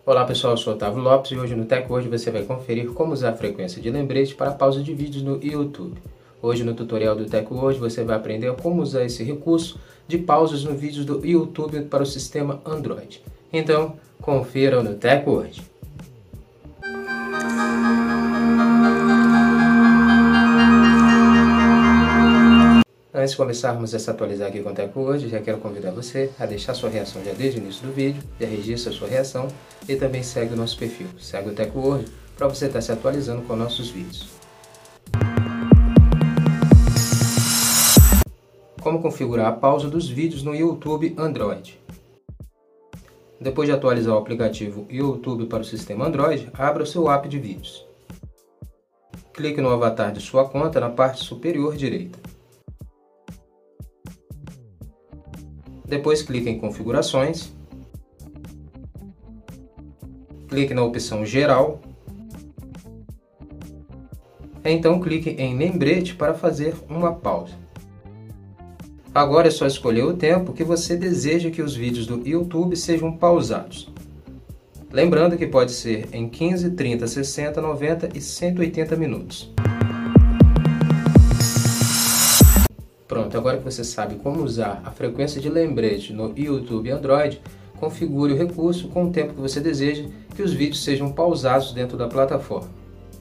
Olá pessoal, eu sou Otávio Lopes e hoje no TecWord você vai conferir como usar a frequência de lembrete para pausa de vídeos no YouTube. Hoje no tutorial do TecWord você vai aprender como usar esse recurso de pausas no vídeo do YouTube para o sistema Android. Então, confira no TecWord. Antes de começarmos a se atualizar aqui com o TecWord, já quero convidar você a deixar sua reação já desde o início do vídeo, já registra sua reação e também segue o nosso perfil. Segue o TecWord para você estar se atualizando com nossos vídeos. Como configurar a pausa dos vídeos no YouTube Android? Depois de atualizar o aplicativo YouTube para o sistema Android, abra o seu app de vídeos. Clique no avatar de sua conta na parte superior direita. Depois clique em Configurações, clique na opção Geral, então clique em Lembrete para fazer uma pausa. Agora é só escolher o tempo que você deseja que os vídeos do YouTube sejam pausados. Lembrando que pode ser em 15, 30, 60, 90 e 180 minutos. Pronto, agora que você sabe como usar a frequência de lembrete no YouTube Android, configure o recurso com o tempo que você deseja que os vídeos sejam pausados dentro da plataforma.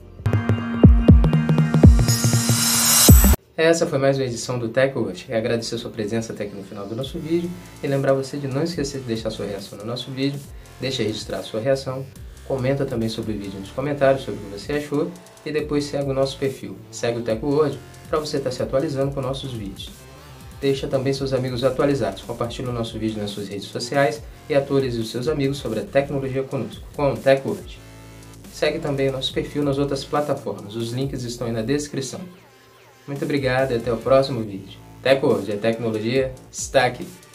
Essa foi mais uma edição do TecWord. Agradecer a sua presença até aqui no final do nosso vídeo e lembrar você de não esquecer de deixar sua reação no nosso vídeo, deixa registrar a sua reação, comenta também sobre o vídeo nos comentários sobre o que você achou e depois segue o nosso perfil. Segue o TecWord para você estar se atualizando com nossos vídeos. Deixa também seus amigos atualizados, compartilhe o nosso vídeo nas suas redes sociais e atualize os seus amigos sobre a tecnologia conosco, com o TecWord. Segue também o nosso perfil nas outras plataformas, os links estão aí na descrição. Muito obrigado e até o próximo vídeo. TecWord, a tecnologia está aqui.